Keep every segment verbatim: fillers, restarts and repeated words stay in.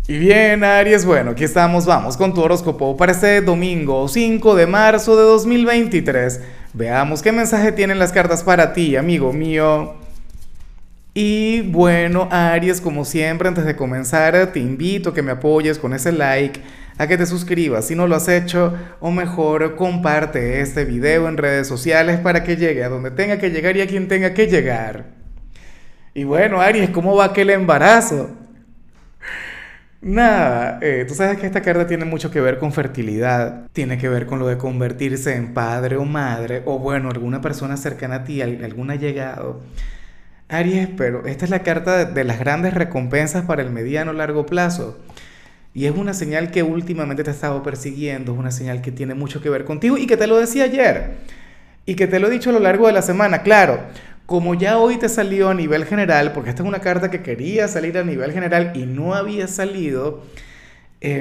Y bien, Aries, bueno, aquí estamos, vamos con tu horóscopo para este domingo cinco de marzo de dos mil veintitrés. Veamos qué mensaje tienen las cartas para ti, amigo mío. Y bueno, Aries, como siempre, antes de comenzar, te invito a que me apoyes con ese like, a que te suscribas si no lo has hecho, o mejor, comparte este video en redes sociales para que llegue a donde tenga que llegar y a quien tenga que llegar. Y bueno, Aries, ¿cómo va aquel embarazo? Nada, eh, tú sabes que esta carta tiene mucho que ver con fertilidad, tiene que ver con lo de convertirse en padre o madre, o bueno, alguna persona cercana a ti, al- algún allegado. Aries, pero esta es la carta de, de las grandes recompensas para el mediano largo plazo. Y es una señal que últimamente te ha estado persiguiendo, es una señal que tiene mucho que ver contigo y que te lo decía ayer. Y que te lo he dicho a lo largo de la semana, claro, como ya hoy te salió a nivel general, porque esta es una carta que quería salir a nivel general y no había salido, eh,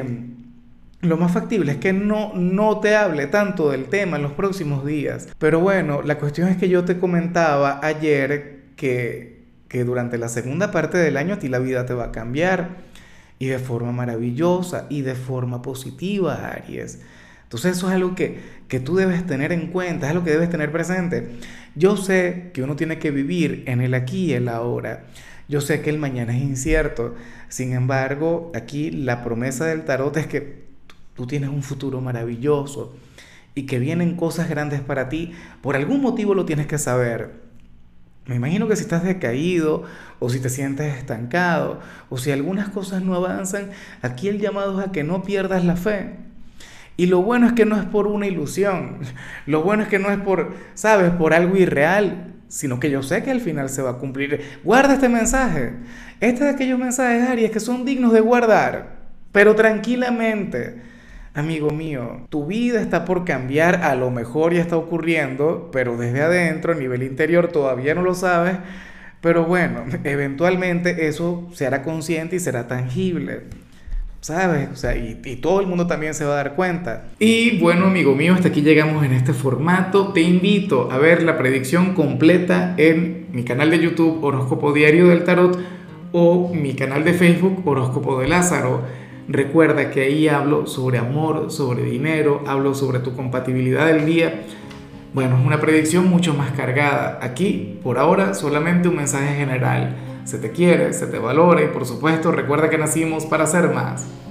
lo más factible es que no, no te hable tanto del tema en los próximos días. Pero bueno, la cuestión es que yo te comentaba ayer que, que durante la segunda parte del año a ti la vida te va a cambiar y de forma maravillosa y de forma positiva, Aries. Entonces eso es algo que, que tú debes tener en cuenta, es algo que debes tener presente. Yo sé que uno tiene que vivir en el aquí y el ahora. Yo sé que el mañana es incierto. Sin embargo, aquí la promesa del tarot es que tú tienes un futuro maravilloso y que vienen cosas grandes para ti. Por algún motivo lo tienes que saber. Me imagino que si estás decaído o si te sientes estancado o si algunas cosas no avanzan, aquí el llamado es a que no pierdas la fe. Y lo bueno es que no es por una ilusión, lo bueno es que no es por, sabes, por algo irreal, sino que yo sé que al final se va a cumplir. Guarda este mensaje. Este de aquellos mensajes, Aries, que son dignos de guardar, pero tranquilamente. Amigo mío, tu vida está por cambiar, a lo mejor ya está ocurriendo, pero desde adentro, a nivel interior, todavía no lo sabes. Pero bueno, eventualmente eso se hará consciente y será tangible. ¿Sabes? O sea, y, y todo el mundo también se va a dar cuenta. Y bueno, amigo mío, hasta aquí llegamos en este formato. Te invito a ver la predicción completa en mi canal de YouTube Horóscopo Diario del Tarot o mi canal de Facebook Horóscopo de Lázaro. Recuerda que ahí hablo sobre amor, sobre dinero, hablo sobre tu compatibilidad del día. Bueno, es una predicción mucho más cargada. Aquí, por ahora, solamente un mensaje general. Se te quiere, se te valora y por supuesto recuerda que nacimos para ser más.